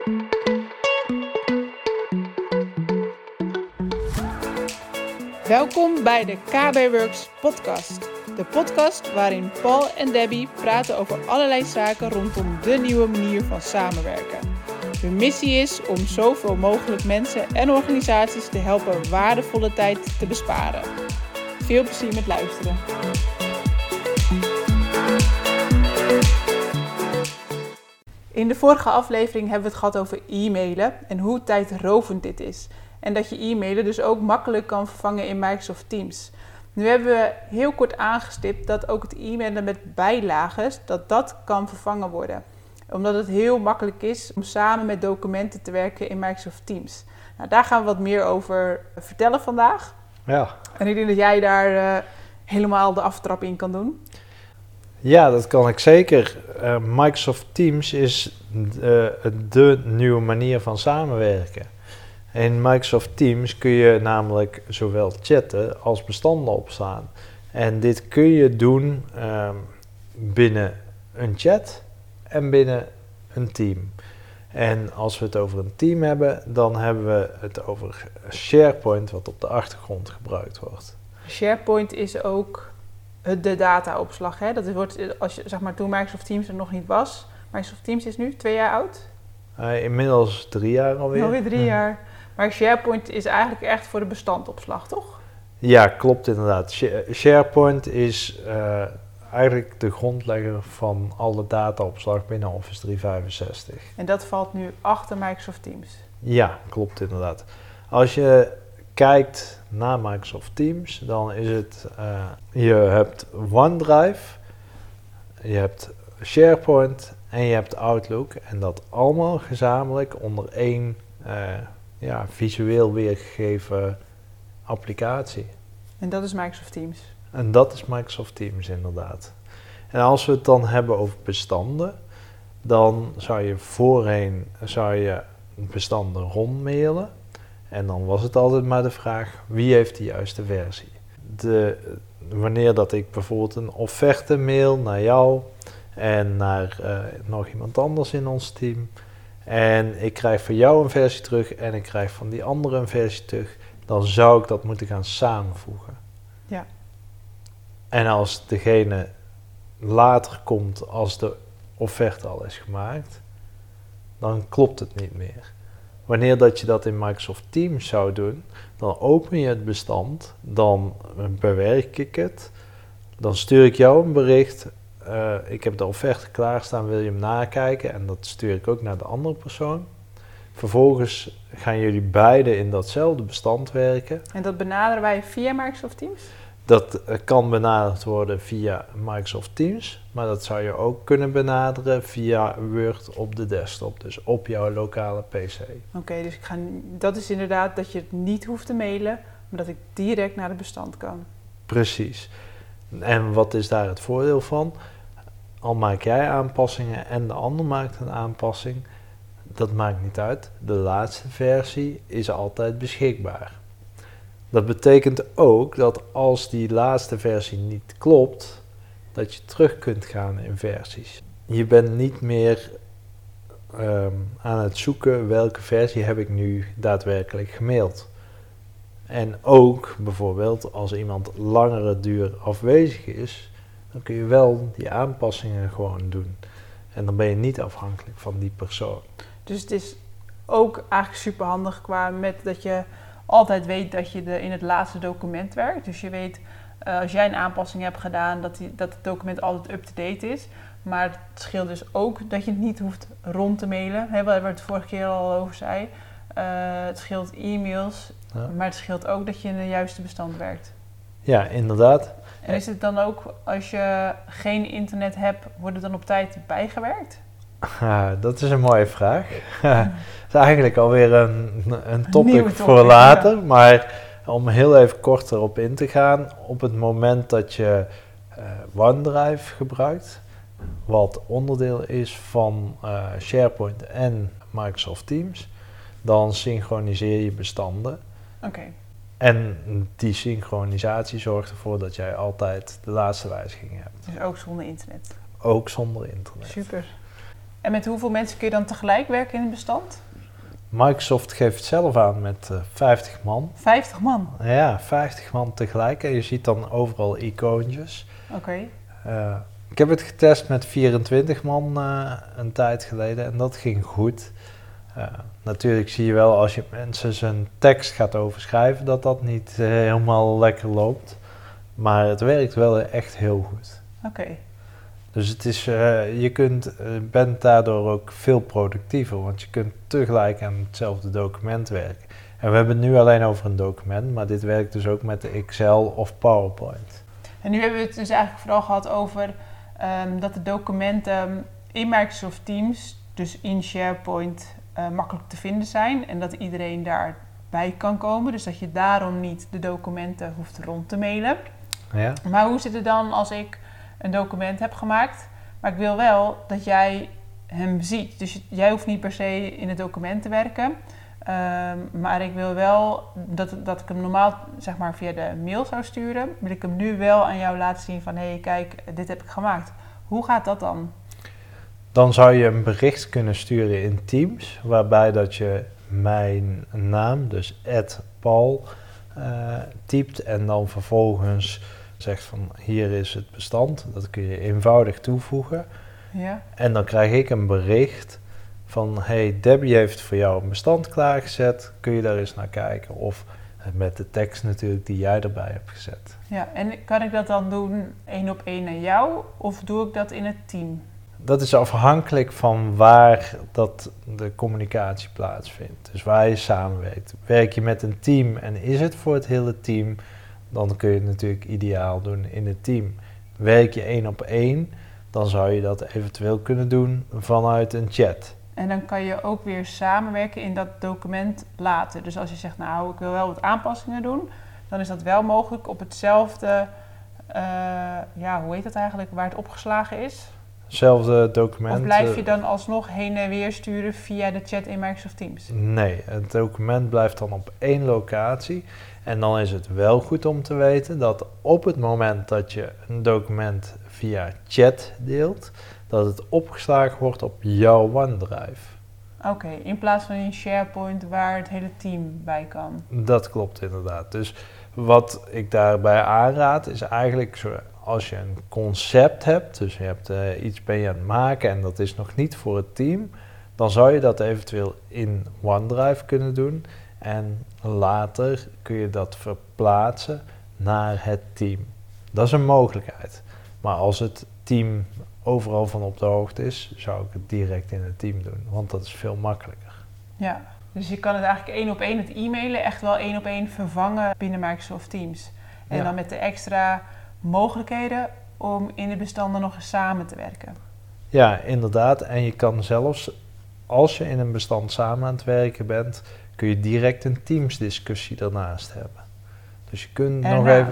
Welkom bij de KB Works podcast. De podcast waarin Paul en Debbie praten over allerlei zaken rondom de nieuwe manier van samenwerken. Hun missie is om zoveel mogelijk mensen en organisaties te helpen waardevolle tijd te besparen. Veel plezier met luisteren. In de vorige aflevering hebben we het gehad over e-mailen en hoe tijdrovend dit is. En dat je e-mailen dus ook makkelijk kan vervangen in Microsoft Teams. Nu hebben we heel kort aangestipt dat ook het e-mailen met bijlagen, dat kan vervangen worden. Omdat het heel makkelijk is om samen met documenten te werken in Microsoft Teams. Nou, daar gaan we wat meer over vertellen vandaag. Ja. En ik denk dat jij daar helemaal de aftrap in kan doen. Ja, dat kan ik zeker. Microsoft Teams is de nieuwe manier van samenwerken. In Microsoft Teams kun je namelijk zowel chatten als bestanden opslaan. En dit kun je doen binnen een chat en binnen een team. En als we het over een team hebben, dan hebben we het over SharePoint, wat op de achtergrond gebruikt wordt. SharePoint is ook de dataopslag. Hè? Dat wordt, als je, zeg maar, toen Microsoft Teams er nog niet was. Microsoft Teams is nu 2 jaar oud. Inmiddels 3 jaar alweer. Alweer 3 jaar. Maar SharePoint is eigenlijk echt voor de bestandopslag, toch? Ja, klopt inderdaad. SharePoint is eigenlijk de grondlegger van alle dataopslag binnen Office 365. En dat valt nu achter Microsoft Teams? Ja, klopt inderdaad. Als je kijkt naar Microsoft Teams, dan is het, je hebt OneDrive, je hebt SharePoint en je hebt Outlook. En dat allemaal gezamenlijk onder één visueel weergegeven applicatie. En dat is Microsoft Teams? En dat is Microsoft Teams inderdaad. En als we het dan hebben over bestanden, dan zou je voorheen bestanden rondmailen. En dan was het altijd maar de vraag, wie heeft de juiste versie? Wanneer dat ik bijvoorbeeld een offerte mail naar jou en naar nog iemand anders in ons team. En ik krijg van jou een versie terug en ik krijg van die andere een versie terug. Dan zou ik dat moeten gaan samenvoegen. Ja. En als degene later komt, als de offerte al is gemaakt, dan klopt het niet meer. Wanneer dat je dat in Microsoft Teams zou doen, dan open je het bestand, dan bewerk ik het, dan stuur ik jou een bericht. Ik heb de offerte klaarstaan, wil je hem nakijken? En dat stuur ik ook naar de andere persoon. Vervolgens gaan jullie beiden in datzelfde bestand werken. En dat benaderen wij via Microsoft Teams? Dat kan benaderd worden via Microsoft Teams, maar dat zou je ook kunnen benaderen via Word op de desktop, dus op jouw lokale PC. Oké, dus dat is inderdaad dat je het niet hoeft te mailen, maar dat ik direct naar het bestand kan. Precies. En wat is daar het voordeel van? Al maak jij aanpassingen en de ander maakt een aanpassing, dat maakt niet uit. De laatste versie is altijd beschikbaar. Dat betekent ook dat als die laatste versie niet klopt, dat je terug kunt gaan in versies. Je bent niet meer aan het zoeken welke versie heb ik nu daadwerkelijk gemaild. En ook bijvoorbeeld als iemand langere duur afwezig is, dan kun je wel die aanpassingen gewoon doen. En dan ben je niet afhankelijk van die persoon. Dus het is ook eigenlijk super handig met dat je altijd weet dat je in het laatste document werkt. Dus je weet, als jij een aanpassing hebt gedaan, dat het document altijd up-to-date is. Maar het scheelt dus ook dat je het niet hoeft rond te mailen. Hè, waar we het vorige keer al over zei. Het scheelt e-mails, ja. Maar het scheelt ook dat je in de juiste bestand werkt. Ja, inderdaad. En is het dan ook, als je geen internet hebt, wordt het dan op tijd bijgewerkt? Dat is een mooie vraag. Dat is eigenlijk alweer een topic voor later. Ja. Maar om heel even kort erop in te gaan. Op het moment dat je OneDrive gebruikt, wat onderdeel is van SharePoint en Microsoft Teams, dan synchroniseer je bestanden. Okay. En die synchronisatie zorgt ervoor dat jij altijd de laatste wijzigingen hebt. Dus ook zonder internet? Ook zonder internet. Super. En met hoeveel mensen kun je dan tegelijk werken in het bestand? Microsoft geeft het zelf aan met 50 man. 50 man? Ja, 50 man tegelijk. En je ziet dan overal icoontjes. Oké. Ik heb het getest met 24 man een tijd geleden en dat ging goed. Natuurlijk zie je wel als je mensen zijn tekst gaat overschrijven dat dat niet helemaal lekker loopt. Maar het werkt wel echt heel goed. Oké. Dus het is, bent daardoor ook veel productiever, want je kunt tegelijk aan hetzelfde document werken. En we hebben het nu alleen over een document, maar dit werkt dus ook met de Excel of PowerPoint. En nu hebben we het dus eigenlijk vooral gehad over dat de documenten in Microsoft Teams, dus in SharePoint, makkelijk te vinden zijn. En dat iedereen daarbij kan komen. Dus dat je daarom niet de documenten hoeft rond te mailen. Ja. Maar hoe zit het dan als ik een document heb gemaakt, maar ik wil wel dat jij hem ziet. Dus jij hoeft niet per se in het document te werken. Maar ik wil wel dat ik hem normaal zeg maar via de mail zou sturen. Wil ik hem nu wel aan jou laten zien van hé, kijk, dit heb ik gemaakt. Hoe gaat dat dan? Dan zou je een bericht kunnen sturen in Teams, waarbij dat je mijn naam, dus @Paul, typt en dan vervolgens zegt van hier is het bestand. Dat kun je eenvoudig toevoegen. Ja. En dan krijg ik een bericht van hey, Debbie heeft voor jou een bestand klaargezet. Kun je daar eens naar kijken? Of met de tekst natuurlijk die jij erbij hebt gezet. Ja, en kan ik dat dan doen 1-op-1 naar jou of doe ik dat in het team? Dat is afhankelijk van waar dat de communicatie plaatsvindt. Dus waar je samenwerkt. Werk je met een team en is het voor het hele team, dan kun je het natuurlijk ideaal doen in het team. Werk je 1-op-1, dan zou je dat eventueel kunnen doen vanuit een chat. En dan kan je ook weer samenwerken in dat document later. Dus als je zegt, nou, ik wil wel wat aanpassingen doen, dan is dat wel mogelijk op hetzelfde, hoe heet dat eigenlijk, waar het opgeslagen is? Hetzelfde document. Of blijf je dan alsnog heen en weer sturen via de chat in Microsoft Teams? Nee, het document blijft dan op één locatie. En dan is het wel goed om te weten dat op het moment dat je een document via chat deelt, dat het opgeslagen wordt op jouw OneDrive. Oké, in plaats van in SharePoint waar het hele team bij kan. Dat klopt inderdaad. Dus wat ik daarbij aanraad is eigenlijk zo, als je een concept hebt, dus je hebt iets ben je aan het maken en dat is nog niet voor het team, dan zou je dat eventueel in OneDrive kunnen doen. En later kun je dat verplaatsen naar het team. Dat is een mogelijkheid. Maar als het team overal van op de hoogte is, zou ik het direct in het team doen. Want dat is veel makkelijker. Ja, dus je kan het eigenlijk 1-op-1, het e-mailen, echt wel 1-op-1 vervangen binnen Microsoft Teams. En dan met de extra mogelijkheden om in de bestanden nog eens samen te werken. Ja, inderdaad. En je kan zelfs, als je in een bestand samen aan het werken bent, kun je direct een Teams-discussie daarnaast hebben. Dus je kunt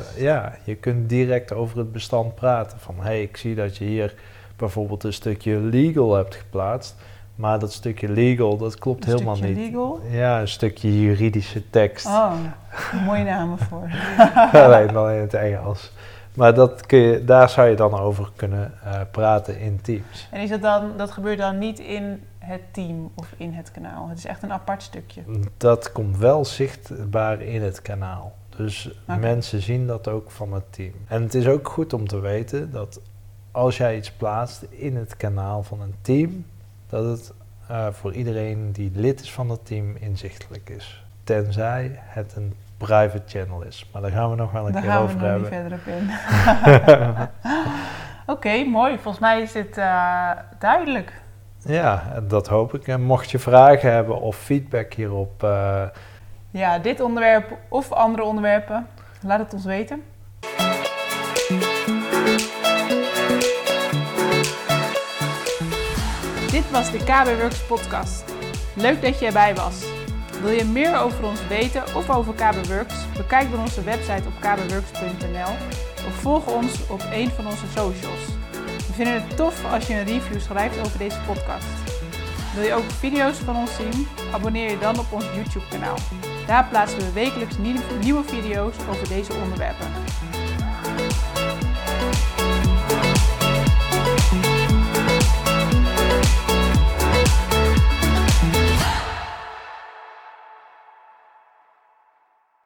je kunt direct over het bestand praten. Van hey, ik zie dat je hier bijvoorbeeld een stukje legal hebt geplaatst, maar dat stukje legal, dat klopt helemaal niet. Een stukje legal? Ja, een stukje juridische tekst. Oh, mooie namen voor. Alleen dan in het Engels. Maar daar zou je dan over kunnen praten in Teams. En is dat gebeurt dan niet in het team of in het kanaal? Het is echt een apart stukje. Dat komt wel zichtbaar in het kanaal. Dus mensen zien dat ook van het team. En het is ook goed om te weten dat als jij iets plaatst in het kanaal van een team, dat het voor iedereen die lid is van het team inzichtelijk is. Tenzij het een private channel is. Maar daar gaan we nog wel een keer over hebben. Daar gaan we nog niet verder op in. Oké, mooi. Volgens mij is dit duidelijk. Ja, dat hoop ik. En mocht je vragen hebben of feedback hierop, ja, dit onderwerp of andere onderwerpen, laat het ons weten. Dit was de KB Works podcast. Leuk dat je erbij was. Wil je meer over ons weten of over KB Works? Bekijk dan onze website op kbworks.nl of volg ons op een van onze socials. We vinden het tof als je een review schrijft over deze podcast. Wil je ook video's van ons zien? Abonneer je dan op ons YouTube kanaal. Daar plaatsen we wekelijks nieuwe video's over deze onderwerpen.